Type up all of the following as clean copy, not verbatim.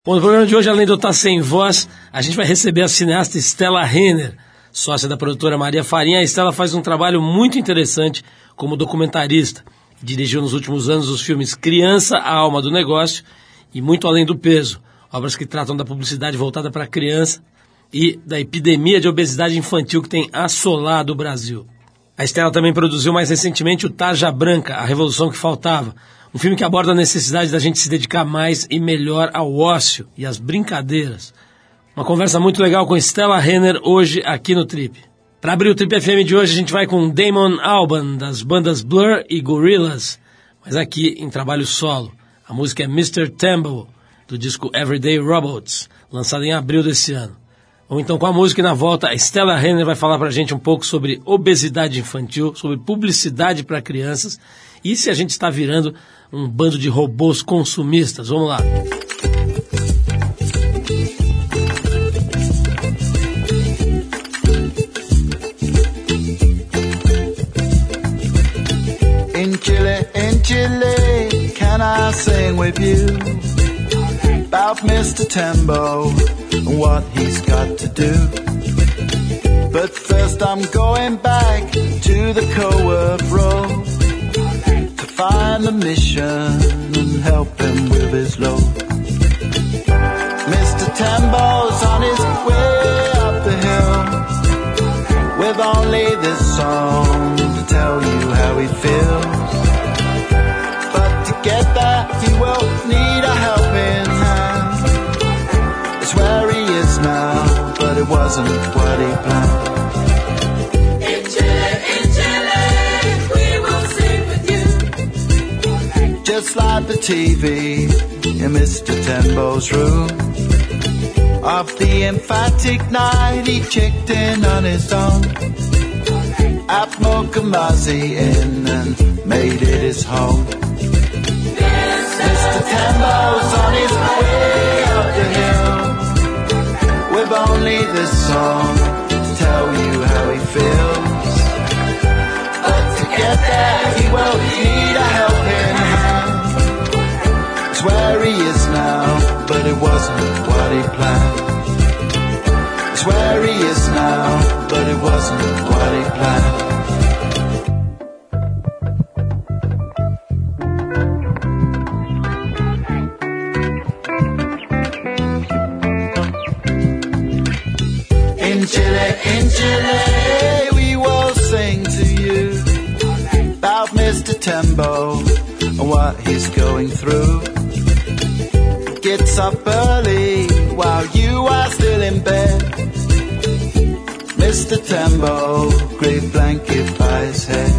Bom, no programa de hoje, além de eu estar sem voz, a gente vai receber a cineasta Stella Renner, sócia da produtora Maria Farinha. A Stella faz um trabalho muito interessante como documentarista. Dirigiu nos últimos anos os filmes Criança, a Alma do Negócio e Muito Além do Peso, obras que tratam da publicidade voltada para a criança e da epidemia de obesidade infantil que tem assolado o Brasil. A Stella também produziu mais recentemente o Tarja Branca, A Revolução que Faltava, um filme que aborda a necessidade da gente se dedicar mais e melhor ao ócio e às brincadeiras. Uma conversa muito legal com Stella Renner hoje aqui no Trip. Para abrir o Trip FM de hoje, a gente vai com Damon Albarn, das bandas Blur e Gorillaz, mas aqui em trabalho solo. A música é Mr. Tambo, do disco Everyday Robots, lançado em abril desse ano. Vamos então com a música e na volta a Stella Renner vai falar pra gente um pouco sobre obesidade infantil, sobre publicidade para crianças e se a gente está virando um bando de robôs consumistas. Vamos lá. In Chile, can I sing with you about Mr. Tambo and what he's got to do? But first I'm going back to the co-work road to find a mission and help him with his load. Mr. Tambo's on his way up the hill with only this song to tell you how he feels. But to get there he will need a helping hand. It's where he is now, but it wasn't what he planned. In Chile, we will sing with you. Just like the TV in Mr. Tambo's room. Of the emphatic night he checked in on his own at Mokumazi Inn and made it his home. Mr. Tambo's on his way up the hill with only this song to tell you how he feels. But to get there he will need a helping hand. It's where he is now, but it wasn't what he planned. It's where he is now, but it wasn't what he planned. In Chile, we will sing to you about Mr. Tambo and what he's going through. Gets up early while you are still in bed. Mr. Tambo, great blanket by his head.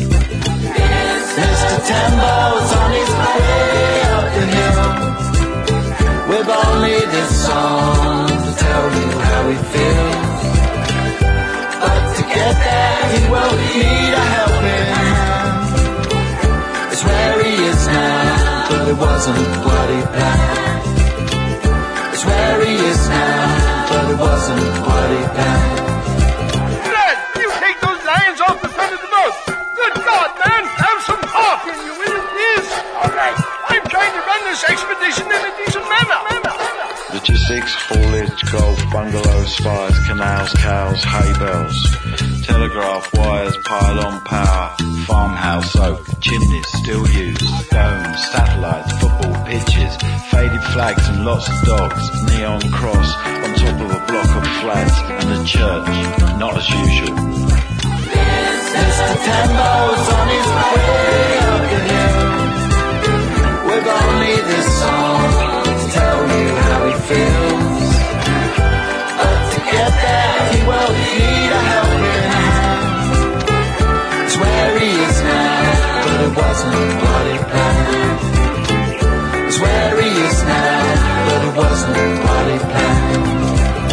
Mr. Tambo's on his way up the hill with only this song to tell you how he feels. But to get there he will need a helping hand. It's where he is now, but it wasn't what he planned. It's where he is now, but it wasn't what he planned. Fred, you take those lions off the front of the boat. Good God, man, have some heart in you, will you please? All right. I'm trying to run this expedition in a decent manner. Logistics, haulage, golf, bungalows, spires, canals, cows, hay bells, telegraph wires, pylon power, farmhouse oak, chimneys still used, domes, satellites, football pitches, faded flags and lots of dogs, neon cross on top of a block of flats and a church, not as usual. Mr. Tambo's on his way up the hill with only this song to tell you how he feels. But to get there he will need a helping hand. It's where he is now, but it wasn't what he planned. It's where he is now, but it wasn't what he planned.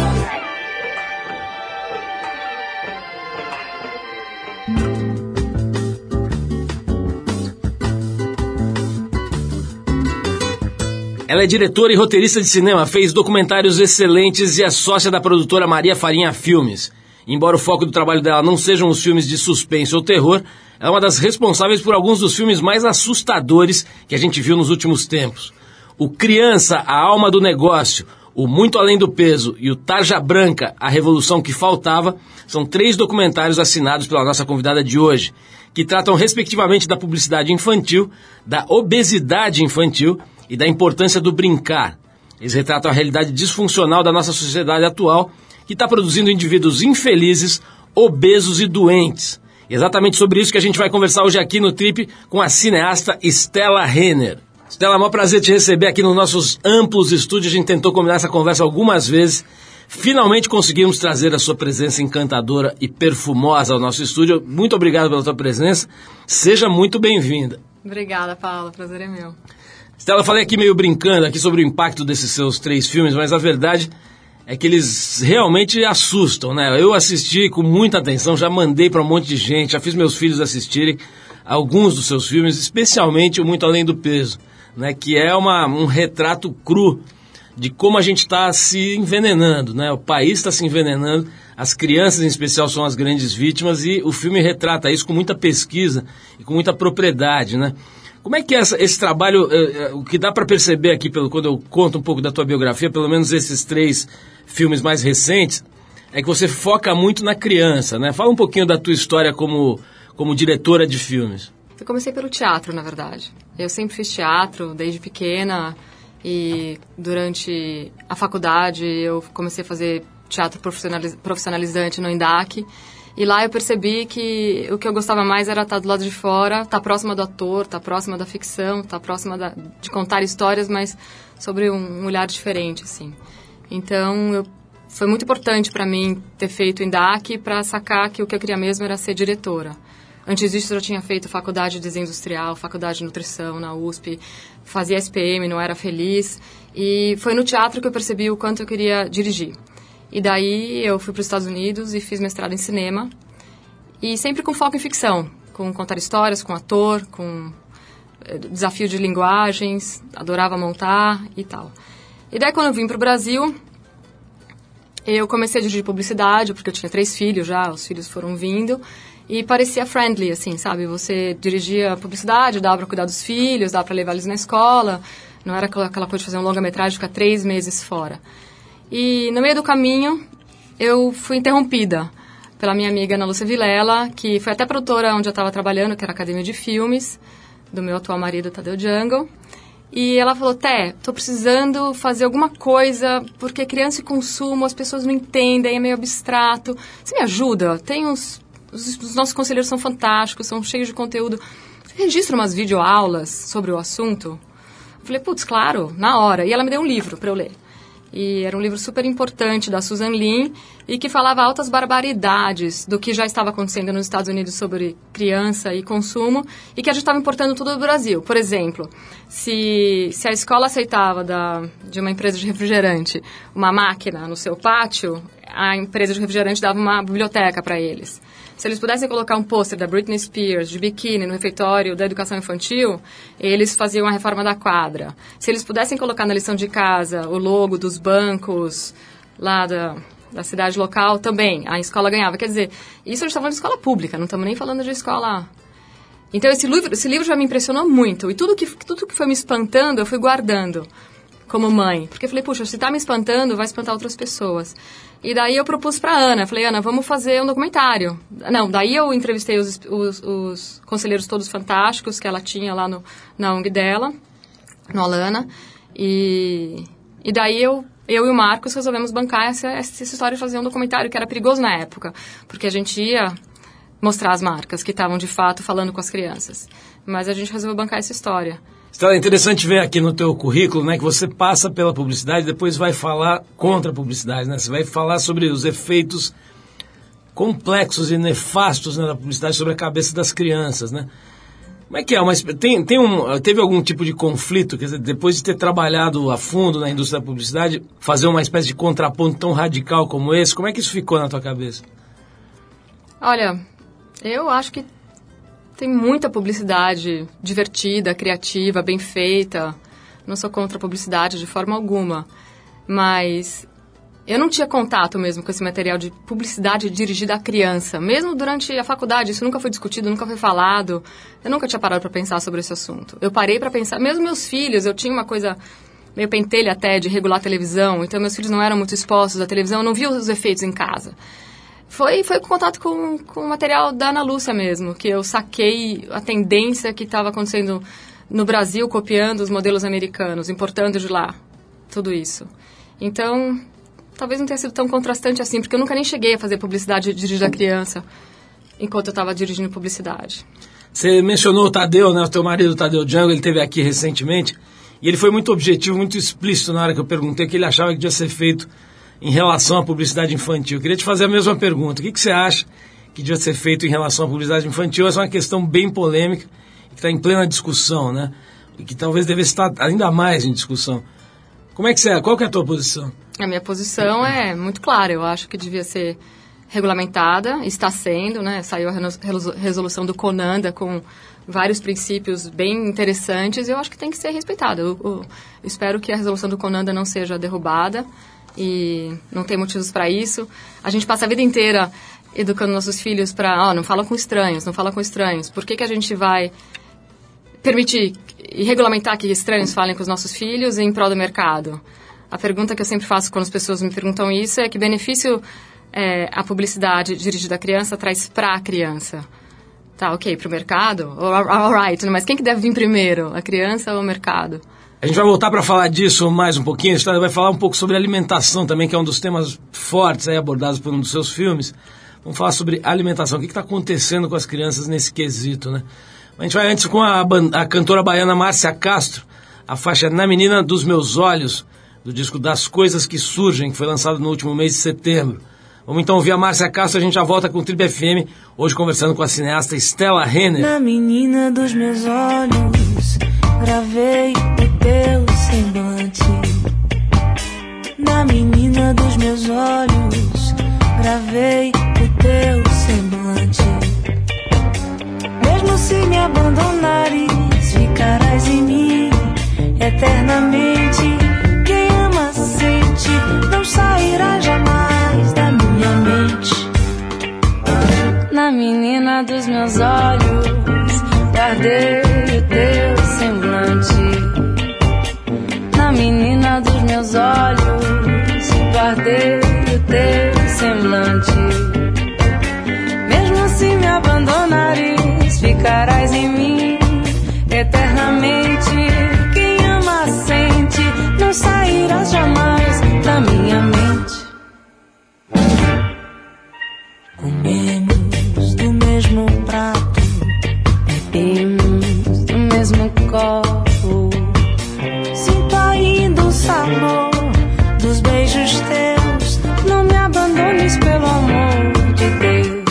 Ela é diretora e roteirista de cinema, fez documentários excelentes e é sócia da produtora Maria Farinha Filmes. Embora o foco do trabalho dela não sejam os filmes de suspense ou terror, ela é uma das responsáveis por alguns dos filmes mais assustadores que a gente viu nos últimos tempos. O Criança, a Alma do Negócio, o Muito Além do Peso e o Tarja Branca, a Revolução que Faltava, são 3 documentários assinados pela nossa convidada de hoje, que tratam respectivamente da publicidade infantil, da obesidade infantil e da importância do brincar. Eles retratam a realidade disfuncional da nossa sociedade atual, que está produzindo indivíduos infelizes, obesos e doentes. E exatamente sobre isso que a gente vai conversar hoje aqui no Trip com a cineasta Stella Renner. Stella, é um prazer te receber aqui nos nossos amplos estúdios. A gente tentou combinar essa conversa algumas vezes. Finalmente conseguimos trazer a sua presença encantadora e perfumosa ao nosso estúdio. Muito obrigado pela tua presença. Seja muito bem-vinda. Obrigada, Paula. O prazer é meu. Stella, eu falei aqui meio brincando aqui sobre o impacto desses seus 3 filmes, mas a verdade é que eles realmente assustam, né? Eu assisti com muita atenção, já mandei para um monte de gente, já fiz meus filhos assistirem alguns dos seus filmes, especialmente o Muito Além do Peso, né? Que é um retrato cru de como a gente está se envenenando, né? O país está se envenenando, as crianças em especial são as grandes vítimas e o filme retrata isso com muita pesquisa e com muita propriedade, né? Como é que é esse trabalho, o que dá para perceber aqui, quando eu conto um pouco da tua biografia, pelo menos esses 3 filmes mais recentes, é que você foca muito na criança, né? Fala um pouquinho da tua história como diretora de filmes. Eu comecei pelo teatro, na verdade. Eu sempre fiz teatro desde pequena e durante a faculdade eu comecei a fazer teatro profissionalizante no INDAC. E lá eu percebi que o que eu gostava mais era estar do lado de fora, estar próxima do ator, estar próxima da ficção, estar próxima de contar histórias, mas sobre um olhar diferente, assim. Então, foi muito importante para mim ter feito o INDAC para sacar que o que eu queria mesmo era ser diretora. Antes disso, eu já tinha feito faculdade de desenho industrial, faculdade de nutrição na USP, fazia SPM, não era feliz. E foi no teatro que eu percebi o quanto eu queria dirigir. E daí eu fui para os Estados Unidos e fiz mestrado em cinema. E sempre com foco em ficção, com contar histórias, com ator, com desafio de linguagens, adorava montar e tal. E daí quando eu vim para o Brasil, eu comecei a dirigir publicidade, porque eu tinha 3 filhos já, os filhos foram vindo. E parecia friendly, assim, sabe? Você dirigia publicidade, dava para cuidar dos filhos, dava para levar eles na escola. Não era aquela coisa de fazer um longa-metragem e ficar 3 meses fora. E no meio do caminho, eu fui interrompida pela minha amiga Ana Lúcia Vilela, que foi até produtora onde eu estava trabalhando, que era a Academia de Filmes, do meu atual marido, Tadeu Jungle. E ela falou, tô precisando fazer alguma coisa, porque criança e consumo, as pessoas não entendem, é meio abstrato. Você me ajuda? Tem os nossos conselheiros são fantásticos, são cheios de conteúdo. Você registra umas videoaulas sobre o assunto? Eu falei, putz, claro, na hora. E ela me deu um livro para eu ler. E era um livro super importante da Susan Lin e que falava altas barbaridades do que já estava acontecendo nos Estados Unidos sobre criança e consumo e que a gente estava importando tudo do Brasil. Por exemplo, se a escola aceitava de uma empresa de refrigerante uma máquina no seu pátio, a empresa de refrigerante dava uma biblioteca para eles. Se eles pudessem colocar um pôster da Britney Spears de biquíni no refeitório da educação infantil, eles faziam a reforma da quadra. Se eles pudessem colocar na lição de casa o logo dos bancos lá da cidade local, também a escola ganhava. Quer dizer, isso a gente está falando de escola pública, não estamos nem falando de escola... Então esse livro já me impressionou muito. E tudo que foi me espantando, eu fui guardando como mãe. Porque eu falei, puxa, se está me espantando, vai espantar outras pessoas. E daí eu propus para Ana, falei, Ana, vamos fazer um documentário. Não, daí eu entrevistei os conselheiros todos fantásticos que ela tinha lá na ONG dela, no Alana. E daí eu e o Marcos resolvemos bancar essa história de fazer um documentário que era perigoso na época, porque a gente ia mostrar as marcas que estavam de fato falando com as crianças. Mas a gente resolveu bancar essa história. É interessante ver aqui no teu currículo, né, que você passa pela publicidade e depois vai falar contra a publicidade, né? Você vai falar sobre os efeitos complexos e nefastos, né, da publicidade sobre a cabeça das crianças, né? Como é que é? Teve algum tipo de conflito? Quer dizer, depois de ter trabalhado a fundo na indústria da publicidade, fazer uma espécie de contraponto tão radical como esse, como é que isso ficou na tua cabeça? Olha, eu acho que tem muita publicidade divertida, criativa, bem feita. Não sou contra a publicidade de forma alguma. Mas eu não tinha contato mesmo com esse material de publicidade dirigida à criança. Mesmo durante a faculdade, isso nunca foi discutido, nunca foi falado. Eu nunca tinha parado para pensar sobre esse assunto. Eu parei para pensar, mesmo meus filhos, eu tinha uma coisa meio pentelha até de regular a televisão, então meus filhos não eram muito expostos à televisão, eu não via os efeitos em casa. Foi com contato com o material da Ana Lúcia mesmo, que eu saquei a tendência que estava acontecendo no Brasil, copiando os modelos americanos, importando de lá, tudo isso. Então, talvez não tenha sido tão contrastante assim, porque eu nunca nem cheguei a fazer publicidade dirigida a criança, enquanto eu estava dirigindo publicidade. Você mencionou o Tadeu, né, o teu marido, o Tadeu Django, ele esteve aqui recentemente, e ele foi muito objetivo, muito explícito na hora que eu perguntei o que ele achava que devia ser feito em relação à publicidade infantil. Eu queria te fazer a mesma pergunta. O que você acha que devia ser feito em relação à publicidade infantil? Essa é uma questão bem polêmica, que está em plena discussão, né? E que talvez devesse estar ainda mais em discussão. Qual que é a tua posição? A minha posição é muito clara. Eu acho que devia ser regulamentada, está sendo, né? Saiu a resolução do CONANDA com vários princípios bem interessantes e eu acho que tem que ser respeitada. Eu espero que a resolução do CONANDA não seja derrubada e não tem motivos para isso. A gente passa a vida inteira educando nossos filhos para, não fala com estranhos, não fala com estranhos. Por que a gente vai permitir e regulamentar que estranhos falem com os nossos filhos em prol do mercado? A pergunta que eu sempre faço quando as pessoas me perguntam isso é que benefício a publicidade dirigida à criança traz para a criança? Tá, ok, para o mercado? All right, mas quem que deve vir primeiro, a criança ou o mercado? A gente vai voltar para falar disso mais um pouquinho, a gente vai falar um pouco sobre alimentação também, que é um dos temas fortes aí abordados por um dos seus filmes. Vamos falar sobre alimentação, o que está acontecendo com as crianças nesse quesito, né? A gente vai antes com a cantora baiana Márcia Castro, a faixa Na Menina dos Meus Olhos, do disco Das Coisas que Surgem, que foi lançado no último mês de setembro. Vamos então ouvir a Márcia Castro, a gente já volta com o Trip FM, hoje conversando com a cineasta Stella Renner. Na menina dos meus olhos, gravei o teu semblante. Na menina dos meus olhos, gravei o teu semblante. Mesmo se me abandonares, ficarás em mim eternamente. Quem ama sente, não sairá jamais da minha mente. Na menina dos meus olhos, guardei o teu semblante. Na menina dos meus olhos, guardei o teu semblante. Mesmo se me abandonares, ficarás em mim eternamente. Quem ama sente, não sairás jamais da minha mente. Comemos do mesmo prato, bebemos do mesmo copo. Sinto ainda o sabor dos beijos teus. Não me abandones, pelo amor de Deus.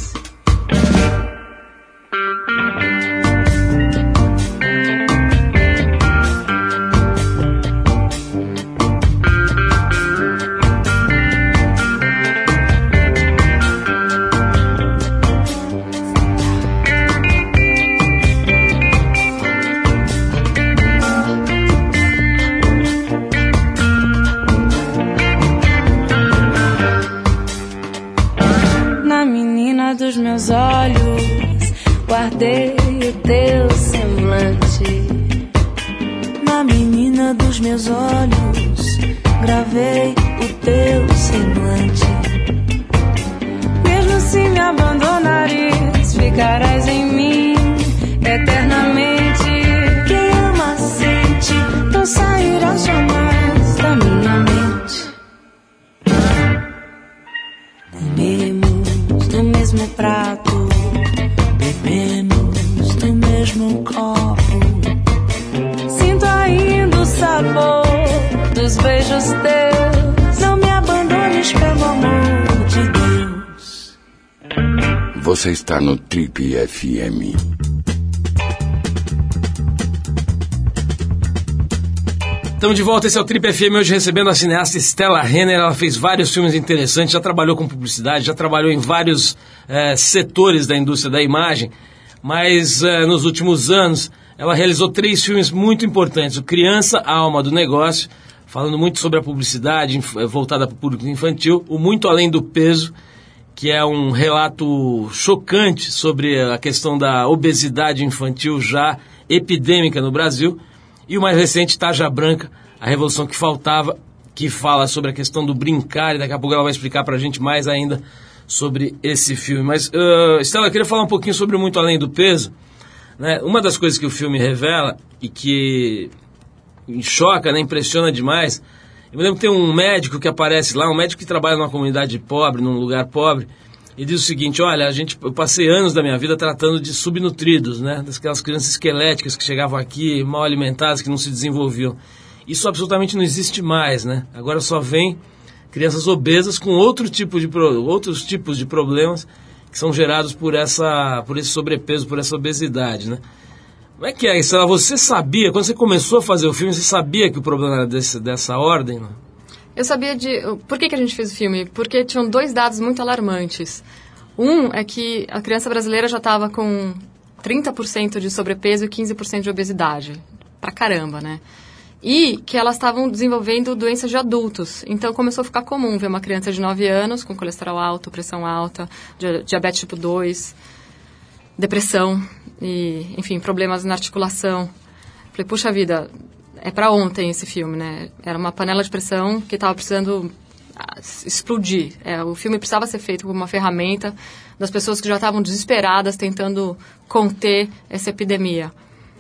Dos meus olhos, guardei o teu semblante. Na menina dos meus olhos, gravei o teu semblante. Mesmo se me abandonares, ficarás em mim eternamente. Quem ama sente, não sairás jamais da minha mente. Comemos do mesmo prato, bebemos do mesmo copo. Sinto ainda o sabor dos beijos teus. Não me abandones, pelo amor de Deus. Você está no Trip FM. Estamos de volta, esse é o Trip FM, hoje recebendo a cineasta Stella Renner. Ela fez vários filmes interessantes, já trabalhou com publicidade, já trabalhou em vários setores da indústria da imagem, mas nos últimos anos ela realizou 3 filmes muito importantes. O Criança, a Alma do Negócio, falando muito sobre a publicidade voltada para o público infantil. O Muito Além do Peso, que é um relato chocante sobre a questão da obesidade infantil já epidêmica no Brasil. E o mais recente, Tarja Branca, A Revolução que Faltava, que fala sobre a questão do brincar, e daqui a pouco ela vai explicar pra gente mais ainda sobre esse filme. Mas, Estela, eu queria falar um pouquinho sobre Muito Além do Peso, né? Uma das coisas que o filme revela e que choca, né, impressiona demais. Eu me lembro que tem um médico que aparece lá, um médico que trabalha numa comunidade pobre, num lugar pobre, e diz o seguinte: olha, eu passei anos da minha vida tratando de subnutridos, né, daquelas crianças esqueléticas que chegavam aqui, mal alimentadas, que não se desenvolviam. Isso absolutamente não existe mais, né? Agora só vem crianças obesas com outros tipos de problemas que são gerados por esse sobrepeso, por essa obesidade, né? Como é que é isso? Você sabia, quando você começou a fazer o filme, você sabia que o problema era dessa ordem, não? Eu sabia Por que a gente fez o filme? Porque tinham 2 dados muito alarmantes. Um é que a criança brasileira já estava com 30% de sobrepeso e 15% de obesidade. Pra caramba, né? E que elas estavam desenvolvendo doenças de adultos. Então começou a ficar comum ver uma criança de 9 anos com colesterol alto, pressão alta, diabetes tipo 2, depressão e, enfim, problemas na articulação. Falei, puxa vida, é pra ontem esse filme, né? Era uma panela de pressão que estava precisando explodir. O filme precisava ser feito como uma ferramenta das pessoas que já estavam desesperadas tentando conter essa epidemia.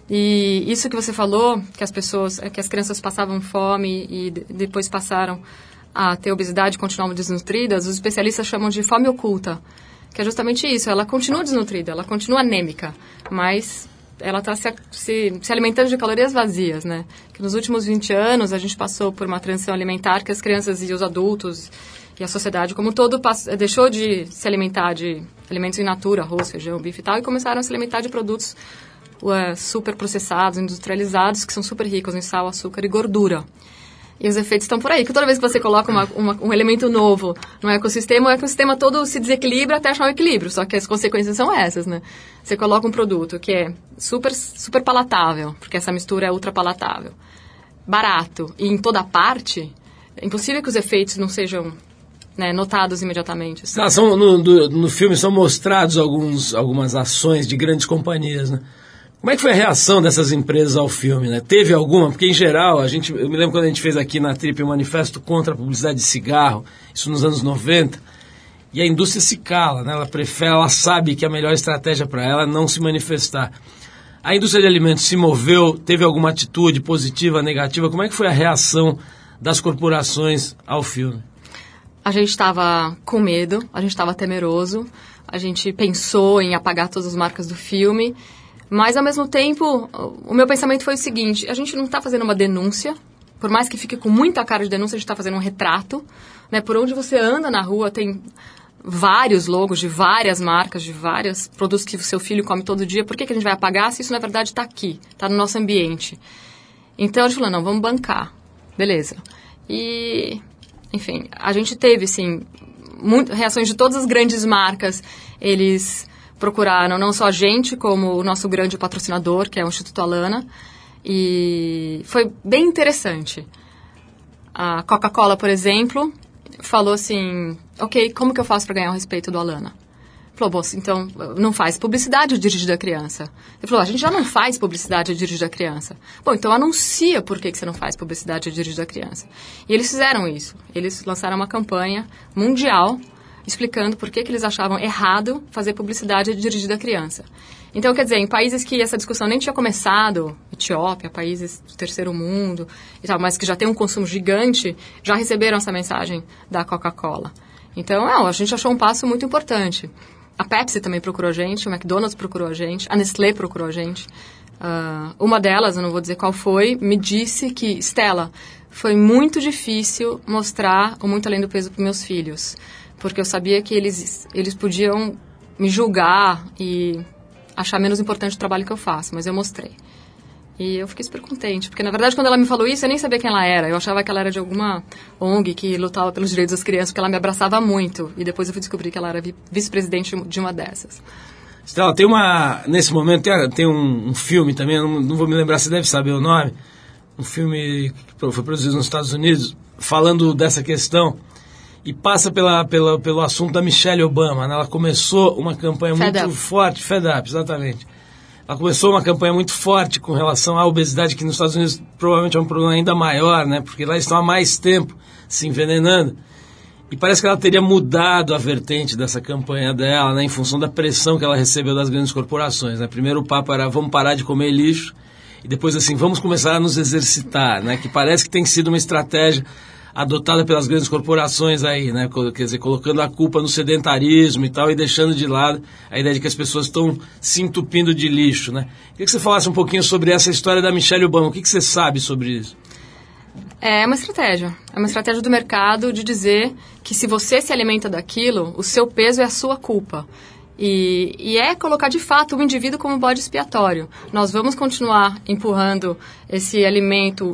E isso que você falou, que as crianças passavam fome e depois passaram a ter obesidade e continuavam desnutridas, os especialistas chamam de fome oculta, que é justamente isso. Ela continua desnutrida, ela continua anêmica, mas ela está se alimentando de calorias vazias, né? Que nos últimos 20 anos a gente passou por uma transição alimentar que as crianças e os adultos e a sociedade como um todo deixou de se alimentar de alimentos in natura, arroz, feijão, bife e tal, e começaram a se alimentar de produtos super processados, industrializados, que são super ricos em sal, açúcar e gordura. E os efeitos estão por aí, que toda vez que você coloca um elemento novo no ecossistema, o ecossistema todo se desequilibra até achar um equilíbrio, só que as consequências são essas, né? Você coloca um produto que é super, super palatável, porque essa mistura é ultra palatável, barato e em toda parte, é impossível que os efeitos não sejam, né, notados imediatamente. Assim. No filme são mostrados algumas ações de grandes companhias, né? Como é que foi a reação dessas empresas ao filme, né? Teve alguma? Porque, em geral, eu me lembro quando a gente fez aqui na Trip um manifesto contra a publicidade de cigarro, isso nos anos 90, e a indústria se cala, né? Ela sabe que a melhor estratégia para ela é não se manifestar. A indústria de alimentos se moveu, teve alguma atitude positiva, negativa? Como é que foi a reação das corporações ao filme? A gente estava com medo, a gente estava temeroso, a gente pensou em apagar todas as marcas do filme. Mas, ao mesmo tempo, o meu pensamento foi o seguinte: a gente não está fazendo uma denúncia, por mais que fique com muita cara de denúncia, a gente está fazendo um retrato, né? Por onde você anda na rua tem vários logos de várias marcas, de vários produtos que o seu filho come todo dia. Por que a gente vai apagar se isso, na verdade, está aqui, está no nosso ambiente? Então, a gente falou, não, vamos bancar. Beleza. E, enfim, a gente teve, assim, reações de todas as grandes marcas. Eles procuraram não só a gente, como o nosso grande patrocinador, que é o Instituto Alana, e foi bem interessante. A Coca-Cola, por exemplo, falou assim, ok, como que eu faço para ganhar o respeito do Alana? Falou, bom, então, não faz publicidade dirigida à criança. Ele falou, a gente já não faz publicidade dirigida à criança. Bom, então anuncia por que você não faz publicidade dirigida à criança. E eles fizeram isso. Eles lançaram uma campanha mundial explicando por que eles achavam errado fazer publicidade dirigida à criança. Então, quer dizer, em países que essa discussão nem tinha começado, Etiópia, países do terceiro mundo, e tal, mas que já tem um consumo gigante, já receberam essa mensagem da Coca-Cola. Então, a gente achou um passo muito importante. A Pepsi também procurou a gente, o McDonald's procurou a gente, a Nestlé procurou a gente. Uma delas, eu não vou dizer qual foi, me disse que, Estela, foi muito difícil mostrar o Muito Além do Peso para meus filhos, porque eu sabia que eles podiam me julgar e achar menos importante o trabalho que eu faço, mas eu mostrei. E eu fiquei super contente, porque na verdade quando ela me falou isso, eu nem sabia quem ela era. Eu achava que ela era de alguma ONG que lutava pelos direitos das crianças, porque ela me abraçava muito. E depois eu fui descobrir que ela era vice-presidente de uma dessas. Estela, nesse momento tem um filme também, eu não vou me lembrar, você deve saber o nome, um filme que foi produzido nos Estados Unidos, falando dessa questão. E passa pelo assunto da Michelle Obama, né? Ela começou uma campanha muito forte, Fed Up, exatamente. ela começou uma campanha muito forte com relação à obesidade, que nos Estados Unidos provavelmente é um problema ainda maior, né? Porque lá estão há mais tempo se envenenando. E parece que ela teria mudado a vertente dessa campanha dela, né? Em função da pressão que ela recebeu das grandes corporações, né? Primeiro o papo era vamos parar de comer lixo, e depois assim, vamos começar a nos exercitar, né? Que parece que tem sido uma estratégia adotada pelas grandes corporações aí, né? Quer dizer, colocando a culpa no sedentarismo e tal, e deixando de lado a ideia de que as pessoas estão se entupindo de lixo, né? Queria que você falasse um pouquinho sobre essa história da Michelle Obama. O que você sabe sobre isso? É uma estratégia do mercado de dizer que se você se alimenta daquilo, o seu peso é a sua culpa. E é colocar de fato o indivíduo como bode expiatório. Nós vamos continuar empurrando esse alimento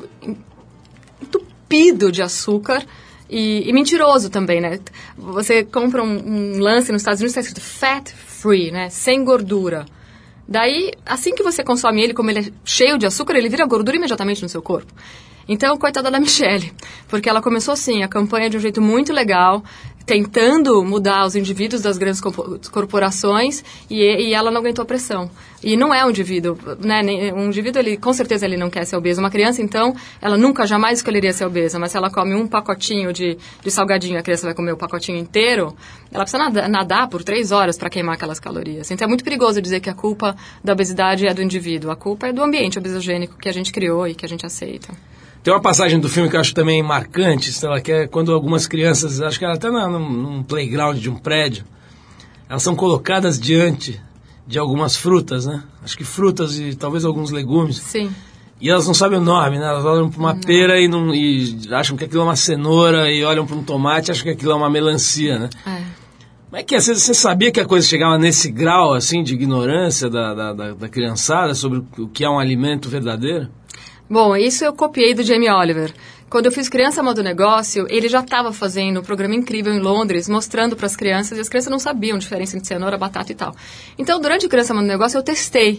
entupido de açúcar e mentiroso também, né? Você compra um lance nos Estados Unidos, está escrito fat free, né? Sem gordura. Daí, assim que você consome ele, como ele é cheio de açúcar, ele vira gordura imediatamente no seu corpo. Então, coitada da Michelle, porque ela começou assim, a campanha de um jeito muito legal, tentando mudar os indivíduos das grandes corporações, e ela não aguentou a pressão. E não é um indivíduo, né? Um indivíduo, ele, com certeza, ele não quer ser obeso. Uma criança, então, ela nunca, jamais escolheria ser obesa, mas se ela come um pacotinho de salgadinho, a criança vai comer o pacotinho inteiro, ela precisa nadar por 3 horas para queimar aquelas calorias. Então, é muito perigoso dizer que a culpa da obesidade é do indivíduo. A culpa é do ambiente obesogênico que a gente criou e que a gente aceita. Tem uma passagem do filme que eu acho também marcante, Stella, que é quando algumas crianças, acho que até num playground de um prédio, elas são colocadas diante de algumas frutas, né? Acho que frutas e talvez alguns legumes. Sim. E elas não sabem o nome, né? Elas olham para uma pera e acham que aquilo é uma cenoura, e olham para um tomate e acham que aquilo é uma melancia, né? É. Como é que é? Você sabia que a coisa chegava nesse grau, assim, de ignorância da criançada sobre o que é um alimento verdadeiro? Bom, isso eu copiei do Jamie Oliver. Quando eu fiz Criança Modo Negócio, ele já estava fazendo um programa incrível em Londres, mostrando para as crianças, e as crianças não sabiam a diferença entre cenoura, batata e tal. Então, durante o Criança Modo Negócio, eu testei.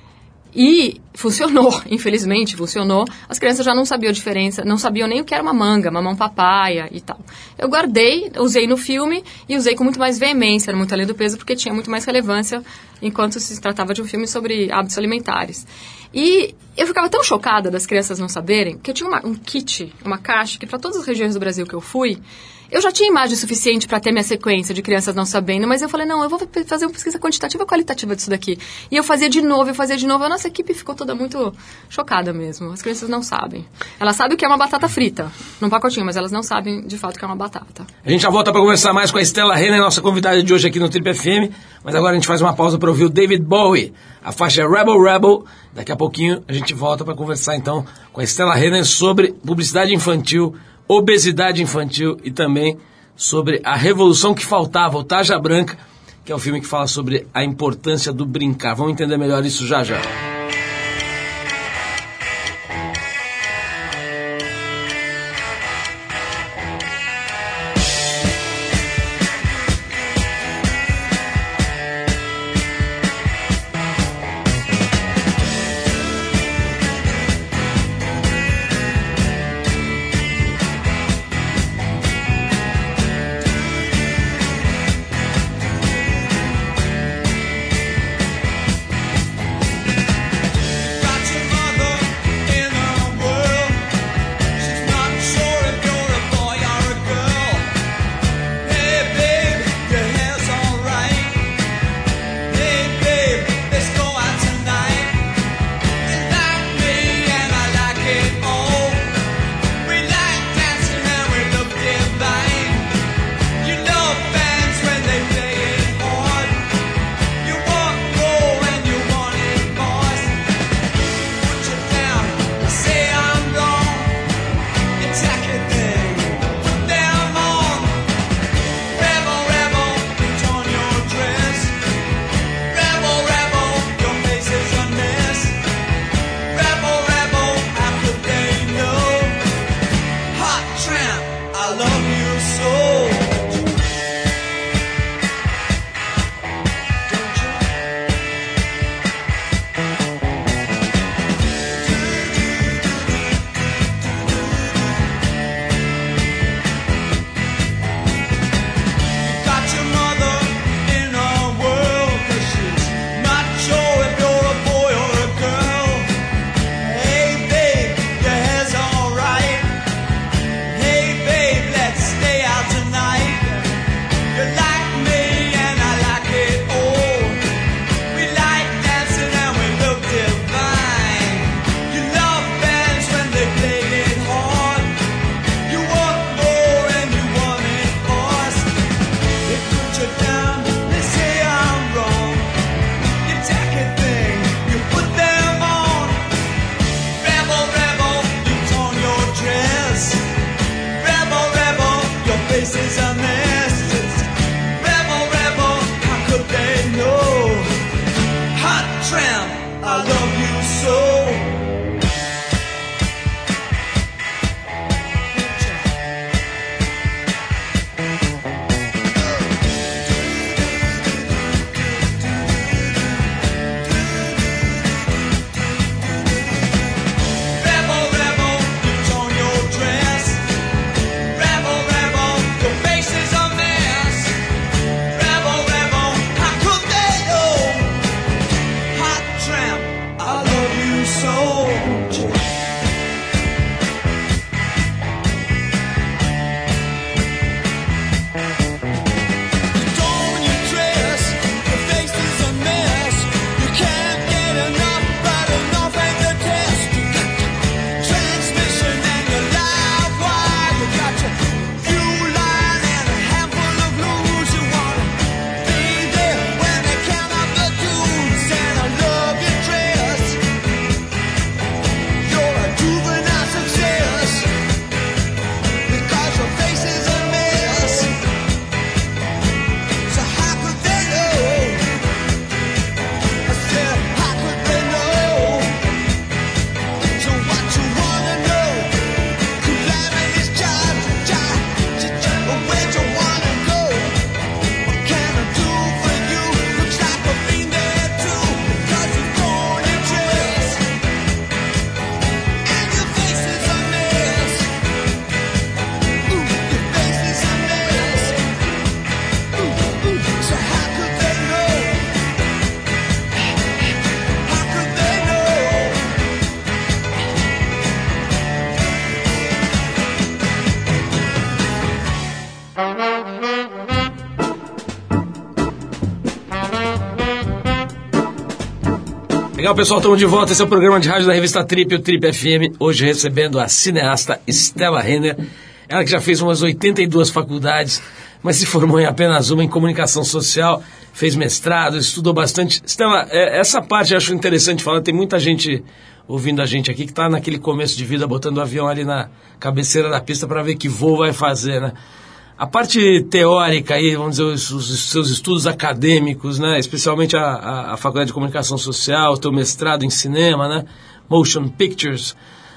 E funcionou, infelizmente funcionou. As crianças já não sabiam a diferença, não sabiam nem o que era uma manga, mamão papaya e tal. Eu guardei, usei no filme e usei com muito mais veemência, no Muito Além do Peso, porque tinha muito mais relevância enquanto se tratava de um filme sobre hábitos alimentares. E eu ficava tão chocada das crianças não saberem, que eu tinha um kit, uma caixa, que para todas as regiões do Brasil que eu fui, eu já tinha imagem suficiente para ter minha sequência de crianças não sabendo, mas eu falei, não, eu vou fazer uma pesquisa quantitativa e qualitativa disso daqui. E eu fazia de novo. A nossa equipe ficou toda muito chocada mesmo. As crianças não sabem. Elas sabem o que é uma batata frita, num pacotinho, mas elas não sabem de fato o que é uma batata. A gente já volta para conversar mais com a Stella Renner, nossa convidada de hoje aqui no Trip FM, mas agora a gente faz uma pausa para ouvir o David Bowie. A faixa é Rebel Rebel. Daqui a pouquinho a gente volta para conversar então com a Stella Renner sobre publicidade infantil, obesidade infantil e também sobre a revolução que faltava, o Tarja Branca, que é o filme que fala sobre a importância do brincar. Vamos entender melhor isso já já. Boy faces a mess. Rebel, rebel, how could they know? Hot tramp, I love you so. Legal, pessoal, estamos de volta. Esse é o programa de rádio da revista Trip, o Trip FM. Hoje recebendo a cineasta Stella Renner. Ela que já fez umas 82 faculdades, mas se formou em apenas uma, em comunicação social, fez mestrado, estudou bastante. Stella, essa parte eu acho interessante falar. Tem muita gente ouvindo a gente aqui que está naquele começo de vida, botando o avião ali na cabeceira da pista para ver que voo vai fazer, né? A parte teórica aí, vamos dizer, os seus estudos acadêmicos, né? Especialmente a Faculdade de Comunicação Social, o teu mestrado em cinema, né? Motion Pictures.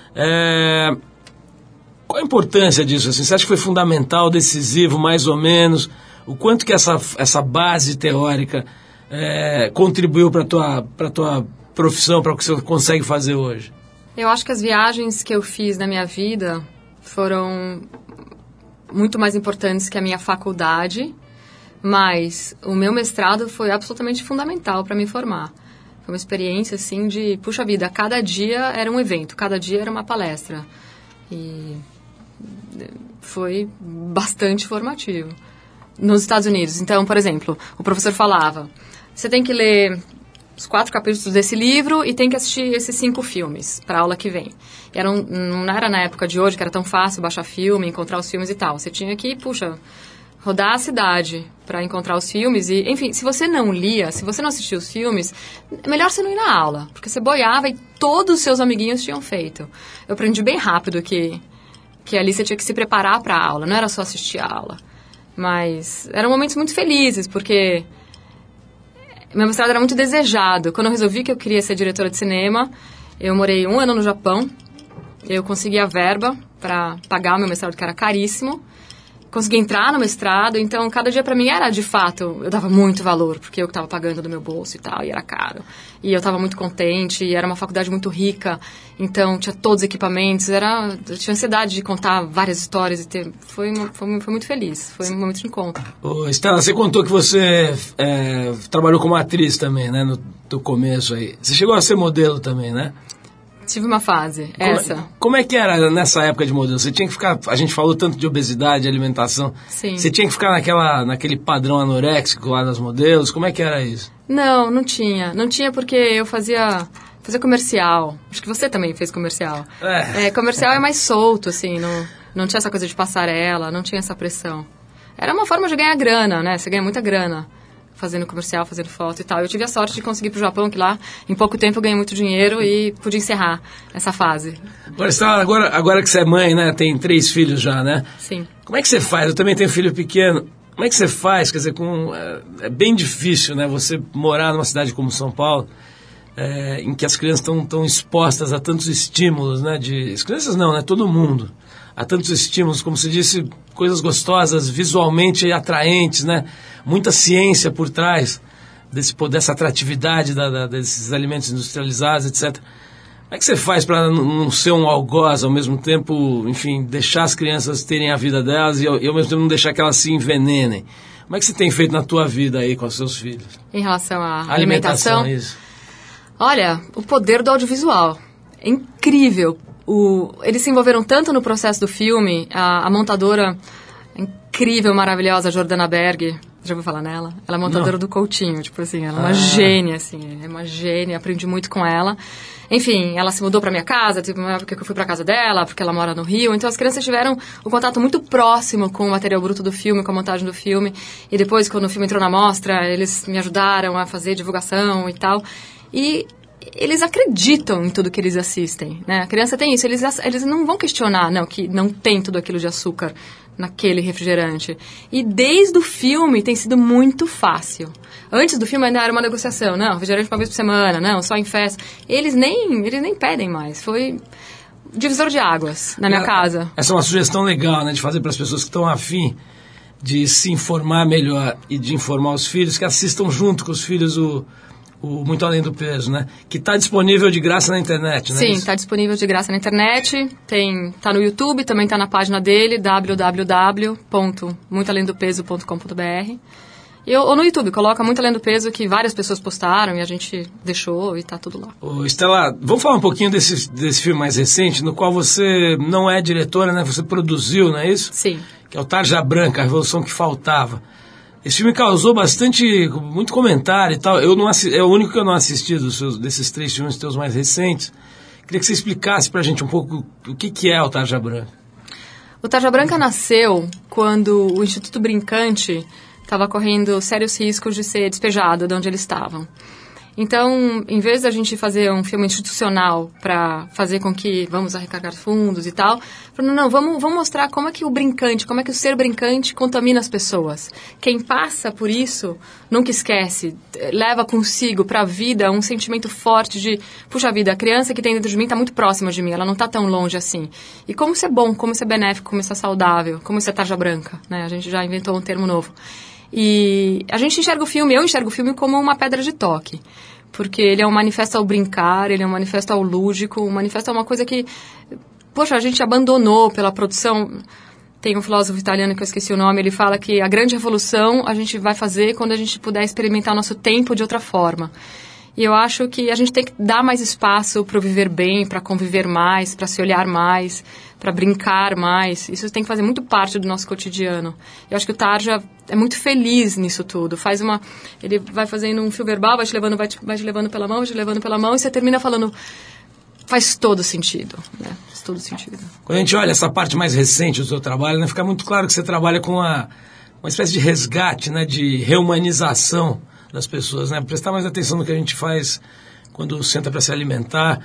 Qual a importância disso? Assim? Você acha que foi fundamental, decisivo, mais ou menos? O quanto que essa base teórica contribuiu para a tua profissão, para o que você consegue fazer hoje? Eu acho que as viagens que eu fiz na minha vida foram muito mais importantes que a minha faculdade, mas o meu mestrado foi absolutamente fundamental para me formar. Foi uma experiência, assim, de, puxa vida, cada dia era um evento, cada dia era uma palestra. E foi bastante formativo. Nos Estados Unidos, então, por exemplo, o professor falava, você tem que ler os 4 capítulos desse livro e tem que assistir esses 5 filmes para a aula que vem. Não era na época de hoje que era tão fácil baixar filme, encontrar os filmes e tal. Você tinha que, rodar a cidade para encontrar os filmes. E, enfim, se você não lia, se você não assistia os filmes, é melhor você não ir na aula, porque você boiava e todos os seus amiguinhos tinham feito. Eu aprendi bem rápido que ali você tinha que se preparar para a aula, não era só assistir a aula. Mas eram momentos muito felizes, porque meu mestrado era muito desejado. Quando eu resolvi que eu queria ser diretora de cinema, eu morei 1 ano no Japão. Eu consegui a verba para pagar o meu mestrado, que era caríssimo. Consegui entrar no mestrado, então cada dia para mim era, de fato, eu dava muito valor, porque eu estava pagando do meu bolso e tal, e era caro. E eu estava muito contente, e era uma faculdade muito rica, então tinha todos os equipamentos, eu tinha ansiedade de contar várias histórias, e foi muito feliz, foi um momento de encontro. Ô, Stella, você contou que você trabalhou como atriz também, né, no teu começo aí. Você chegou a ser modelo também, né? Tive uma fase, Como é que era nessa época de modelo? Você tinha que ficar, a gente falou tanto de obesidade, alimentação. Sim. Você tinha que ficar naquele padrão anoréxico lá das modelos? Como é que era isso? Não tinha. Não tinha porque eu fazia comercial. Acho que você também fez comercial. Comercial é mais solto, assim, não tinha essa coisa de passarela, não tinha essa pressão. Era uma forma de ganhar grana, né? Você ganha muita grana fazendo comercial, fazendo foto e tal. Eu tive a sorte de conseguir ir pro Japão, que lá, em pouco tempo, eu ganhei muito dinheiro e pude encerrar essa fase. Agora que você é mãe, né? Tem 3 filhos já, né? Sim. Como é que você faz? Eu também tenho filho pequeno. Como é que você faz? Quer dizer, é bem difícil, né? Você morar numa cidade como São Paulo, em que as crianças estão expostas a tantos estímulos, né? As crianças não, né? Todo mundo. A tantos estímulos, como se disse, coisas gostosas, visualmente atraentes, né? Muita ciência por trás dessa atratividade desses alimentos industrializados, etc. Como é que você faz para não ser um algoz, ao mesmo tempo, enfim, deixar as crianças terem a vida delas e ao mesmo tempo não deixar que elas se envenenem? Como é que você tem feito na tua vida aí com os seus filhos? Em relação à alimentação? Isso. Olha, o poder do audiovisual. É incrível. Eles se envolveram tanto no processo do filme, a montadora incrível, maravilhosa, Jordana Berg, já ouviu falar nela? Ela é montadora do Coutinho, tipo assim, ela é uma gênia, assim, é uma gênia, aprendi muito com ela. Enfim, ela se mudou pra minha casa, teve uma época que eu fui pra casa dela, porque ela mora no Rio, então as crianças tiveram um contato muito próximo com o material bruto do filme, com a montagem do filme, e depois, quando o filme entrou na mostra, eles me ajudaram a fazer divulgação e tal, e eles acreditam em tudo que eles assistem, né? A criança tem isso, eles não vão questionar, não, que não tem tudo aquilo de açúcar naquele refrigerante. E desde o filme tem sido muito fácil. Antes do filme ainda era uma negociação, não, refrigerante uma vez por semana, não, só em festa. Eles nem pedem mais, foi divisor de águas na minha casa. Essa é uma sugestão legal, né, de fazer para as pessoas que estão afim de se informar melhor e de informar os filhos, que assistam junto com os filhos o Muito Além do Peso, né? Que está disponível de graça na internet, né? Sim, está disponível de graça na internet. Tá no YouTube, também está na página dele, www.muitoalemdopeso.com.br. Ou no YouTube, coloca Muito Além do Peso, que várias pessoas postaram e a gente deixou e tá tudo lá. Ô, Estela, vamos falar um pouquinho desse filme mais recente, no qual você não é diretora, né? Você produziu, não é isso? Sim. Que é o Tarja Branca, a Revolução que Faltava. Esse filme causou muito comentário e tal. É o único que eu não assisti desses 3 filmes teus mais recentes. Queria que você explicasse pra gente um pouco o que é o Tarja Branca. O Tarja Branca nasceu quando o Instituto Brincante estava correndo sérios riscos de ser despejado de onde eles estavam. Então, em vez da gente fazer um filme institucional para fazer com que vamos arrecadar fundos e tal, não, vamos mostrar como é que o brincante, como é que o ser brincante contamina as pessoas. Quem passa por isso nunca esquece, leva consigo para a vida um sentimento forte de, puxa vida, a criança que tem dentro de mim está muito próxima de mim, ela não está tão longe assim. E como isso é bom, como isso é benéfico, como isso é saudável, como isso é tarja branca, né? A gente já inventou um termo novo. E a gente enxerga o filme, eu enxergo o filme como uma pedra de toque. Porque ele é um manifesto ao brincar, ele é um manifesto ao lúdico, um manifesto a uma coisa que, poxa, a gente abandonou pela produção. Tem um filósofo italiano que eu esqueci o nome, ele fala que a grande revolução a gente vai fazer quando a gente puder experimentar o nosso tempo de outra forma. E eu acho que a gente tem que dar mais espaço para viver bem, para conviver mais, para se olhar mais, para brincar mais. Isso tem que fazer muito parte do nosso cotidiano. Eu acho que o Tarja é muito feliz nisso tudo. Ele vai fazendo um fio verbal, vai te levando pela mão, vai te levando pela mão, e você termina falando... Faz todo sentido, né? Faz todo sentido. Quando a gente olha essa parte mais recente do seu trabalho, né, fica muito claro que você trabalha com uma espécie de resgate, né, de reumanização das pessoas, né? Prestar mais atenção no que a gente faz quando senta para se alimentar,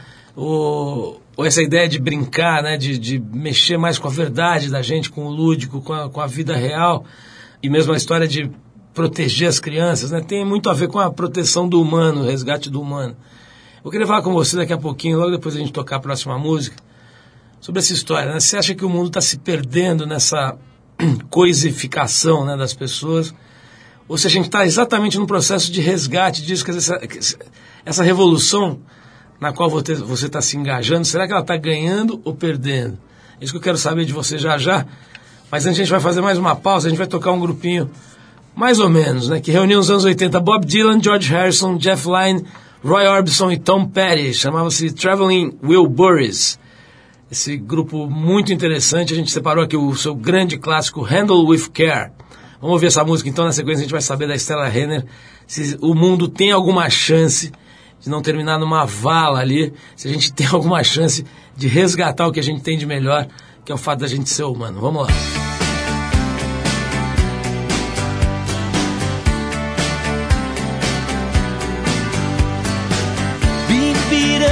ou essa ideia de brincar, né, de mexer mais com a verdade da gente, com o lúdico, com a vida real, e mesmo a história de proteger as crianças, né, tem muito a ver com a proteção do humano, o resgate do humano. Eu queria falar com você daqui a pouquinho, logo depois a gente tocar a próxima música, sobre essa história, né? Você acha que o mundo está se perdendo nessa coisificação, né, das pessoas, ou se a gente está exatamente no processo de resgate disso, quer dizer, essa revolução na qual você está se engajando, será que ela está ganhando ou perdendo? É isso que eu quero saber de você já. Mas antes a gente vai fazer mais uma pausa, a gente vai tocar um grupinho, mais ou menos, né, que reuniu nos anos 80 Bob Dylan, George Harrison, Jeff Lynne, Roy Orbison e Tom Petty, chamava-se Traveling Wilburys. Esse grupo muito interessante, a gente separou aqui o seu grande clássico Handle With Care. Vamos ouvir essa música, então na sequência a gente vai saber da Stella Renner se o mundo tem alguma chance de não terminar numa vala ali, se a gente tem alguma chance de resgatar o que a gente tem de melhor, que é o fato da gente ser humano. Vamos lá.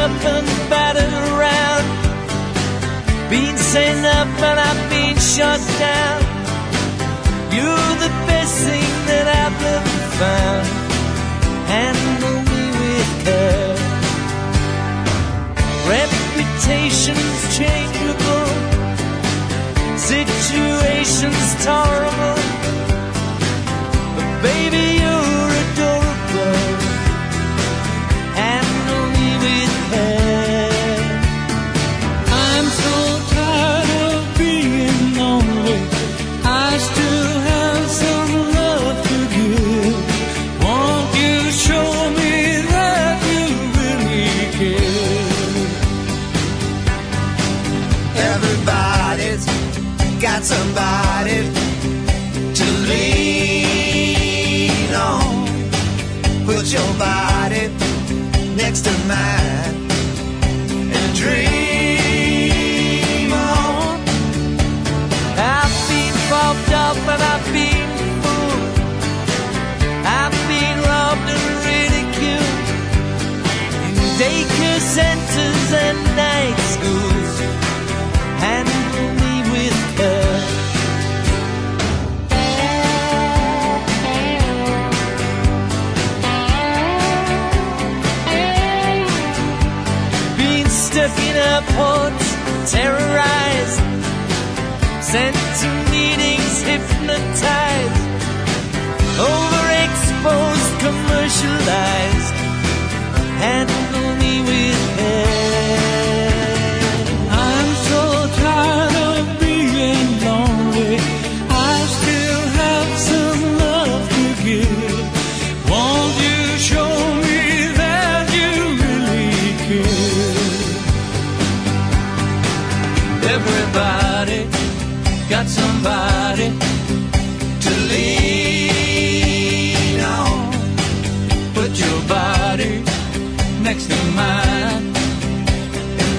up and battered around. Been sent up and I've been shot down. You're the best thing that I've ever found. Handle me with care. Reputation's changeable, situation's tolerable, but baby you're adorable. Handle me with care. I'm so tired of being lonely. I still have some love to give. Won't you show me that you really care? Everybody's got somebody to lean on. Put your body next to mine and dream on. I've been popped up and I've been fooled. I've been robbed and ridiculed in daycare centers and night schools. Handle me with care. Been stuck in airports, terrorized, sent to meetings, hypnotized, overexposed, commercialized. Handle me with care. I'm so tired of being lonely. I still have some love to give. Won't you show me that you really care? Everybody got somebody To lean on. put your body next to mine. And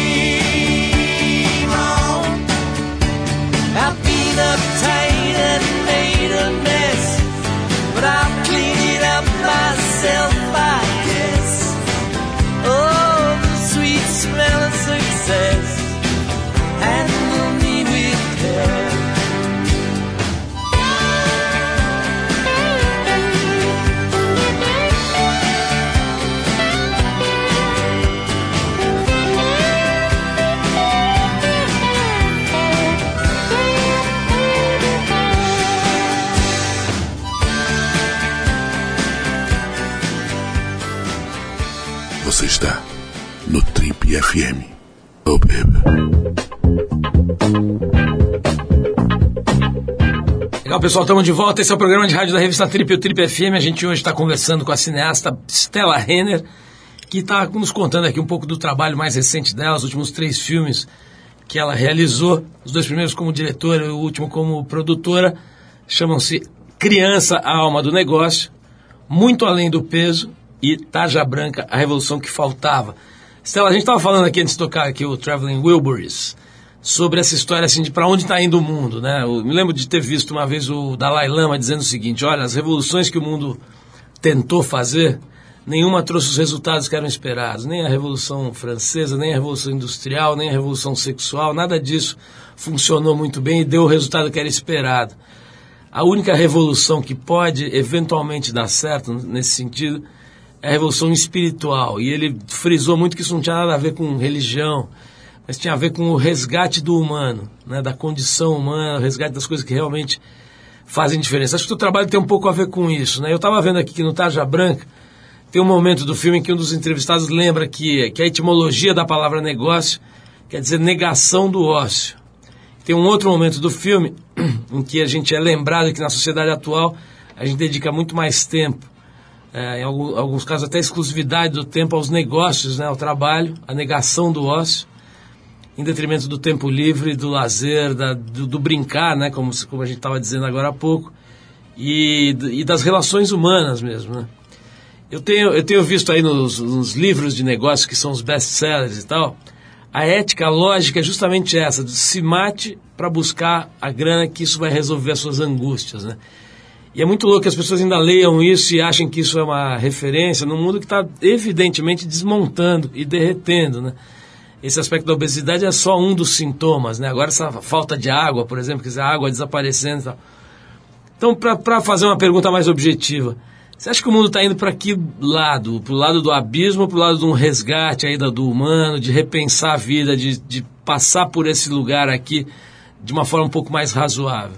dream on. I've been uptight and made a mess, but I'll clean it up myself, I guess. Oh, the sweet smell of success. Handle me with care. Você está no Trip FM. Oh, baby. Legal, pessoal, estamos de volta. Esse é o programa de rádio da revista Trip, o Trip FM. A gente hoje está conversando com a cineasta Stella Renner, que está nos contando aqui um pouco do trabalho mais recente dela, os últimos 3 filmes que ela realizou, os 2 primeiros como diretora e o último como produtora. Chamam-se Criança, a Alma do Negócio, Muito Além do Peso e Tarja Branca, a Revolução que Faltava. Stella, a gente estava falando aqui antes de tocar aqui o Traveling Wilburys, sobre essa história assim, de para onde está indo o mundo, né? Eu me lembro de ter visto uma vez o Dalai Lama dizendo o seguinte: olha, as revoluções que o mundo tentou fazer, nenhuma trouxe os resultados que eram esperados, nem a Revolução Francesa, nem a Revolução Industrial, nem a Revolução Sexual, nada disso funcionou muito bem e deu o resultado que era esperado. A única revolução que pode eventualmente dar certo nesse sentido é a revolução espiritual, e ele frisou muito que isso não tinha nada a ver com religião, mas tinha a ver com o resgate do humano, né, da condição humana, o resgate das coisas que realmente fazem diferença. Acho que o teu trabalho tem um pouco a ver com isso, né? Eu estava vendo aqui que no Tarja Branca tem um momento do filme em que um dos entrevistados lembra que a etimologia da palavra negócio quer dizer negação do ócio. Tem um outro momento do filme em que a gente é lembrado que na sociedade atual a gente dedica muito mais tempo, em alguns casos até exclusividade do tempo aos negócios, né, ao trabalho, a negação do ócio, em detrimento do tempo livre, do lazer, do brincar, né, como a gente estava dizendo agora há pouco, e das relações humanas mesmo, né. Eu tenho visto aí nos livros de negócios, que são os best-sellers e tal, a ética, a lógica é justamente essa: se mate para buscar a grana, que isso vai resolver as suas angústias, né. E é muito louco que as pessoas ainda leiam isso e achem que isso é uma referência num mundo que está evidentemente desmontando e derretendo, né? Esse aspecto da obesidade é só um dos sintomas, né? Agora essa falta de água, por exemplo, quer dizer, a água desaparecendo e tal. Então, para fazer uma pergunta mais objetiva, você acha que o mundo está indo para que lado? Para o lado do abismo ou para o lado de um resgate aí do humano, de repensar a vida, de passar por esse lugar aqui de uma forma um pouco mais razoável?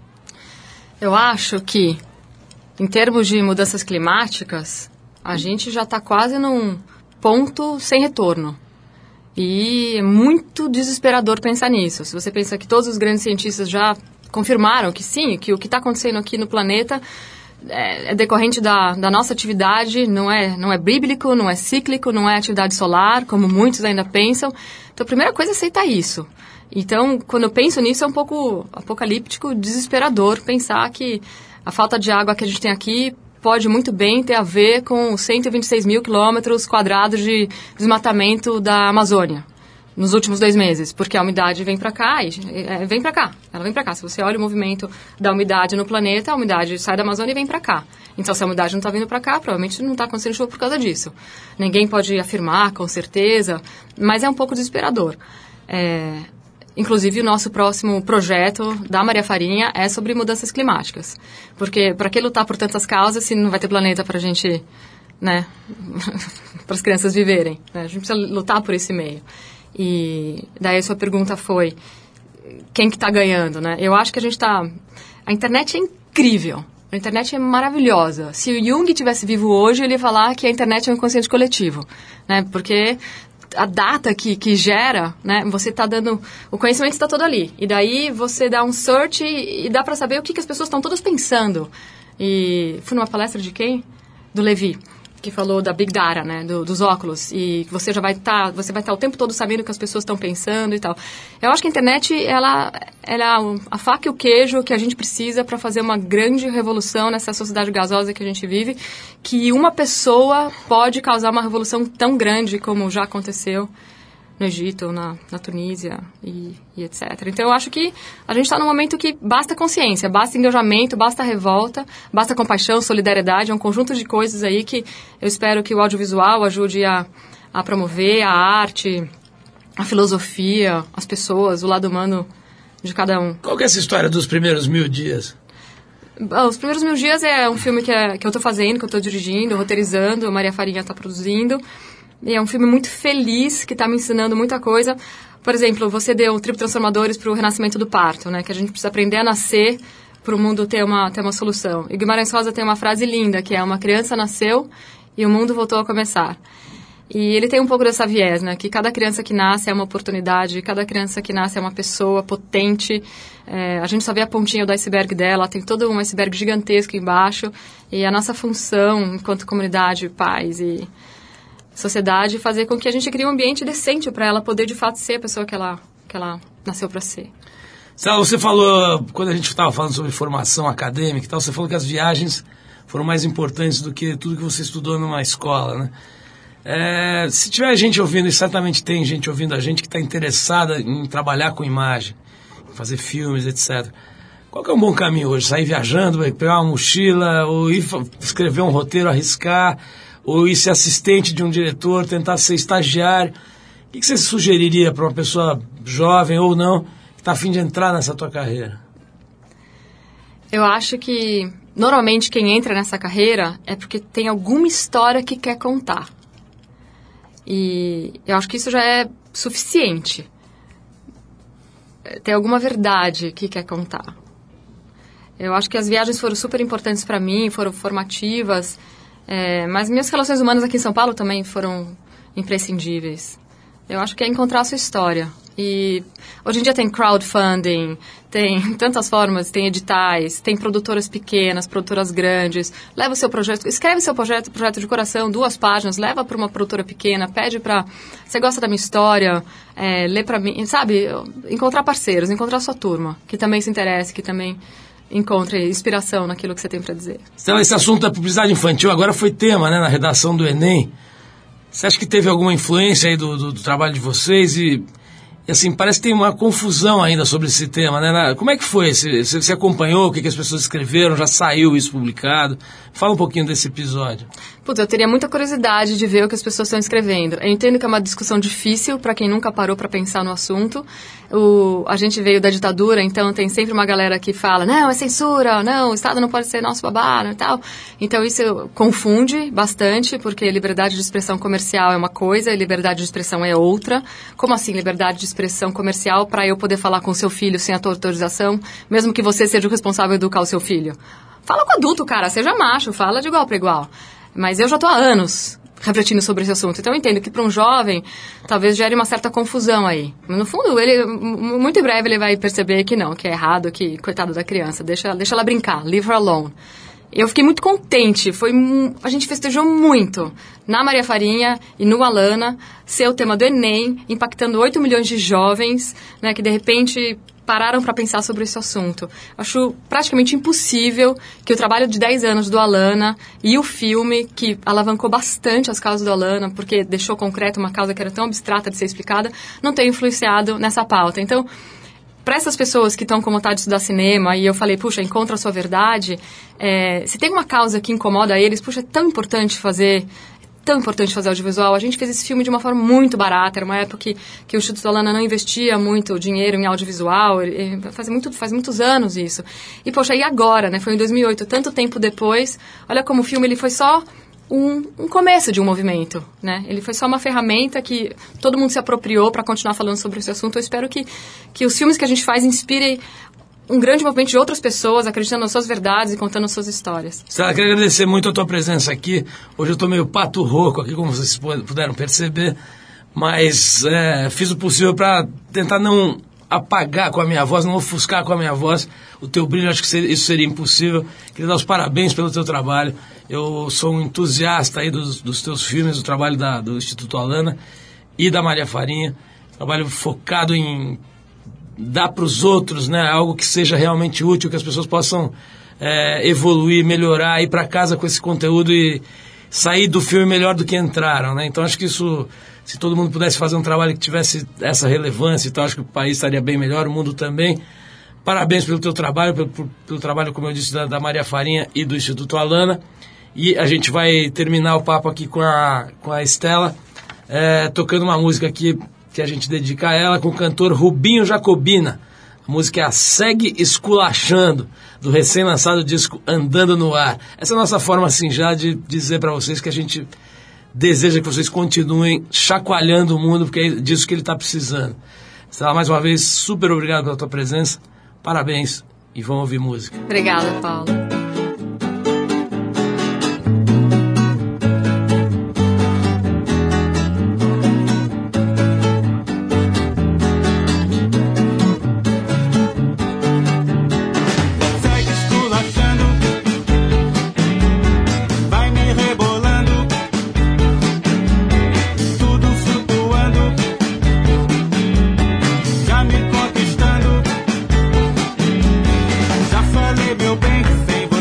Eu acho que, em termos de mudanças climáticas, a gente já está quase num ponto sem retorno. E é muito desesperador pensar nisso. Se você pensa que todos os grandes cientistas já confirmaram que sim, que o que está acontecendo aqui no planeta é decorrente da nossa atividade, não é bíblico, não é cíclico, não é atividade solar, como muitos ainda pensam. Então, a primeira coisa é aceitar isso. Então, quando eu penso nisso, é um pouco apocalíptico, desesperador pensar que a falta de água que a gente tem aqui pode muito bem ter a ver com 126 mil quilômetros quadrados de desmatamento da Amazônia nos últimos 2 meses, porque a umidade vem para cá, ela vem para cá. Se você olha o movimento da umidade no planeta, a umidade sai da Amazônia e vem para cá. Então, se a umidade não está vindo para cá, provavelmente não está acontecendo chuva por causa disso. Ninguém pode afirmar com certeza, mas é um pouco desesperador. Inclusive, o nosso próximo projeto da Maria Farinha é sobre mudanças climáticas. Porque para que lutar por tantas causas se não vai ter planeta para a gente, né, para as crianças viverem? Né? A gente precisa lutar por esse meio. E daí a sua pergunta foi, quem que está ganhando, né? Eu acho que a gente está... A internet é incrível. A internet é maravilhosa. Se o Jung tivesse vivo hoje, ele ia falar que a internet é um inconsciente coletivo, né? Porque a data que gera, né? Você está dando... O conhecimento está todo ali. E daí você dá um search e dá para saber o que as pessoas estão todas pensando. E fui numa palestra de quem? Do Levi, que falou da Big Data, né? Dos óculos. E você já vai estar... Você vai estar o tempo todo sabendo o que as pessoas estão pensando e tal. Eu acho que a internet, ela é a faca e o queijo que a gente precisa para fazer uma grande revolução nessa sociedade gasosa que a gente vive, que uma pessoa pode causar uma revolução tão grande como já aconteceu no Egito, na Tunísia e etc. Então, eu acho que a gente está num momento que basta consciência, basta engajamento, basta revolta, basta compaixão, solidariedade, é um conjunto de coisas aí que eu espero que o audiovisual ajude a promover, a arte, a filosofia, as pessoas, o lado humano de cada um. Qual que é essa história dos primeiros 1000 dias? Os primeiros 1000 dias é um filme que eu estou fazendo, que eu estou dirigindo, roteirizando, a Maria Farinha está produzindo. E é um filme muito feliz, que está me ensinando muita coisa. Por exemplo, você deu Tribo Transformadores para o renascimento do parto, né? Que a gente precisa aprender a nascer para o mundo ter uma solução. E Guimarães Rosa tem uma frase linda, que é: uma criança nasceu e o mundo voltou a começar. E ele tem um pouco dessa viés, né? Que cada criança que nasce é uma oportunidade, cada criança que nasce é uma pessoa potente. A gente só vê a pontinha do iceberg dela, tem todo um iceberg gigantesco embaixo. E a nossa função, enquanto comunidade, pais e sociedade, é fazer com que a gente crie um ambiente decente para ela poder, de fato, ser a pessoa que ela nasceu para ser. Você falou, quando a gente estava falando sobre formação acadêmica e tal, você falou que as viagens foram mais importantes do que tudo que você estudou numa escola, né? Se tiver gente ouvindo, e certamente tem gente ouvindo a gente que está interessada em trabalhar com imagem, em fazer filmes, etc. Qual que é um bom caminho hoje? Sair viajando, pegar uma mochila, ou ir escrever um roteiro, arriscar, ou ir ser assistente de um diretor, tentar ser estagiário? O que você sugeriria para uma pessoa jovem ou não, que está a fim de entrar nessa tua carreira? Eu acho que, normalmente, quem entra nessa carreira é porque tem alguma história que quer contar. E eu acho que isso já é suficiente. Tem alguma verdade que quer contar. Eu acho que as viagens foram super importantes para mim, foram formativas, mas minhas relações humanas aqui em São Paulo também foram imprescindíveis. Eu acho que é encontrar a sua história. E hoje em dia tem crowdfunding, tem tantas formas, tem editais, tem produtoras pequenas, produtoras grandes. Leva o seu projeto, escreve seu projeto de coração, 2 páginas, leva para uma produtora pequena, pede para... Você gosta da minha história? Lê para mim, sabe? Encontrar parceiros, encontrar sua turma, que também se interesse, que também encontre inspiração naquilo que você tem para dizer. Então, esse assunto da publicidade infantil agora foi tema, né, na redação do Enem. Você acha que teve alguma influência aí do trabalho de vocês? E E assim, parece que tem uma confusão ainda sobre esse tema, né? Como é que foi? Você acompanhou o que as pessoas escreveram? Já saiu isso publicado? Fala um pouquinho desse episódio. Putz, eu teria muita curiosidade de ver o que as pessoas estão escrevendo. Eu entendo que é uma discussão difícil para quem nunca parou para pensar no assunto. A gente veio da ditadura, então tem sempre uma galera que fala, não, é censura, não, o Estado não pode ser nosso babá e tal. Então isso confunde bastante, porque liberdade de expressão comercial é uma coisa e liberdade de expressão é outra. Como assim liberdade de expressão comercial para eu poder falar com o seu filho sem a tua autorização, mesmo que você seja o responsável de educar o seu filho? Fala com o adulto, cara, seja macho, fala de igual para igual. Mas eu já estou há anos refletindo sobre esse assunto. Então eu entendo que para um jovem talvez gere uma certa confusão aí. Mas no fundo, ele muito em breve ele vai perceber que não, que é errado, que coitado da criança, deixa ela brincar, leave her alone. Eu fiquei muito contente, a gente festejou muito na Maria Farinha e no Alana ser o tema do Enem, impactando 8 milhões de jovens, né, que de repente pararam para pensar sobre esse assunto. Acho praticamente impossível que o trabalho de 10 anos do Alana e o filme, que alavancou bastante as causas do Alana, porque deixou concreto uma causa que era tão abstrata de ser explicada, não tenha influenciado nessa pauta. Então, para essas pessoas que estão com vontade de estudar cinema, e eu falei, puxa, encontra a sua verdade, se tem uma causa que incomoda eles, puxa, é tão importante fazer audiovisual. A gente fez esse filme de uma forma muito barata, era uma época que o Instituto Alana não investia muito dinheiro em audiovisual, faz muitos anos isso. E, poxa, e agora, né? Foi em 2008, tanto tempo depois, olha como o filme ele foi só um começo de um movimento, né? Ele foi só uma ferramenta que todo mundo se apropriou para continuar falando sobre esse assunto. Eu espero que os filmes que a gente faz inspirem um grande movimento de outras pessoas acreditando nas suas verdades e contando suas histórias. Stella, quero agradecer muito a tua presença aqui. Hoje eu estou meio pato rouco aqui, como vocês puderam perceber, mas fiz o possível para tentar não apagar com a minha voz, não ofuscar com a minha voz o teu brilho. Acho que isso seria impossível. Queria dar os parabéns pelo teu trabalho. Eu sou um entusiasta aí dos teus filmes, do trabalho do Instituto Alana e da Maria Farinha. Trabalho focado em dar para os outros, né, algo que seja realmente útil, que as pessoas possam evoluir, melhorar, ir para casa com esse conteúdo e sair do filme melhor do que entraram, né? Então acho que isso, se todo mundo pudesse fazer um trabalho que tivesse essa relevância, então acho que o país estaria bem melhor, o mundo também. Parabéns pelo teu trabalho, pelo trabalho, como eu disse, da Maria Farinha e do Instituto Alana. E a gente vai terminar o papo aqui com a Stella, tocando uma música aqui que a gente dedica a ela, com o cantor Rubinho Jacobina. A música é a Segue Esculachando, do recém-lançado disco Andando no Ar. Essa é a nossa forma singela de dizer para vocês que a gente deseja que vocês continuem chacoalhando o mundo, porque é disso que ele está precisando. Stella, mais uma vez, super obrigado pela tua presença, parabéns e vamos ouvir música. Obrigada, Paulo. Já falei meu bem sem você.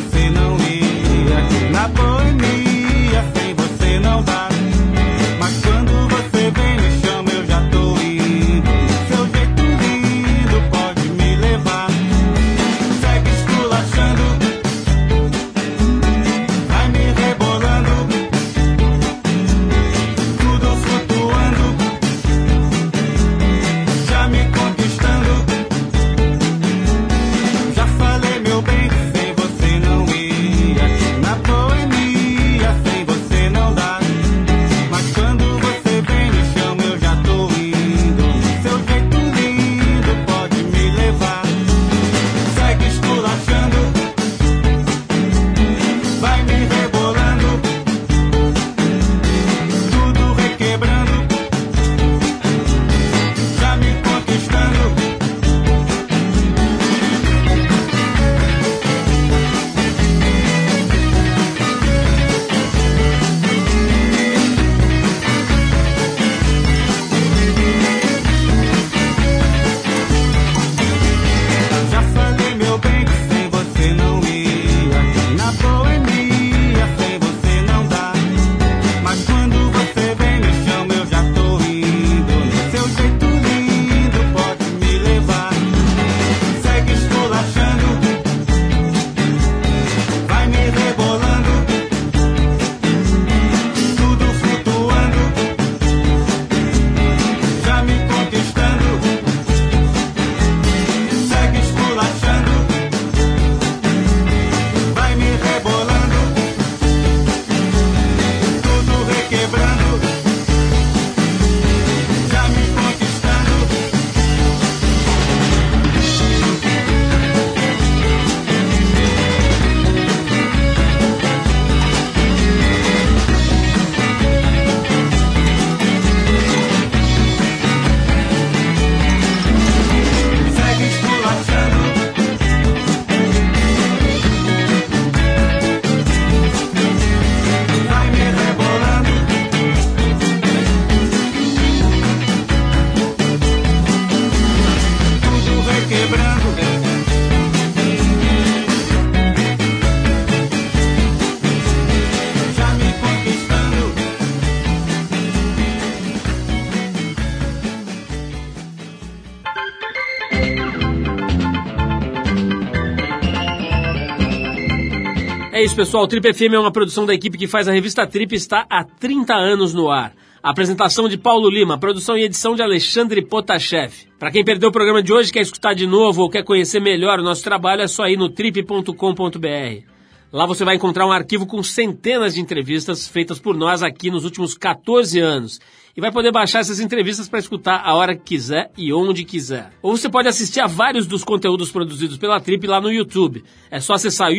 É isso, pessoal. O Trip FM é uma produção da equipe que faz a revista Trip e está há 30 anos no ar. A apresentação de Paulo Lima, produção e edição de Alexandre Potashev. Para quem perdeu o programa de hoje, quer escutar de novo ou quer conhecer melhor o nosso trabalho, é só ir no trip.com.br. Lá você vai encontrar um arquivo com centenas de entrevistas feitas por nós aqui nos últimos 14 anos. E vai poder baixar essas entrevistas para escutar a hora que quiser e onde quiser. Ou você pode assistir a vários dos conteúdos produzidos pela Trip lá no YouTube. É só acessar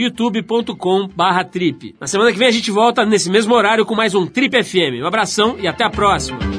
youtube.com/trip. Na semana que vem a gente volta nesse mesmo horário com mais um Trip FM. Um abração e até a próxima.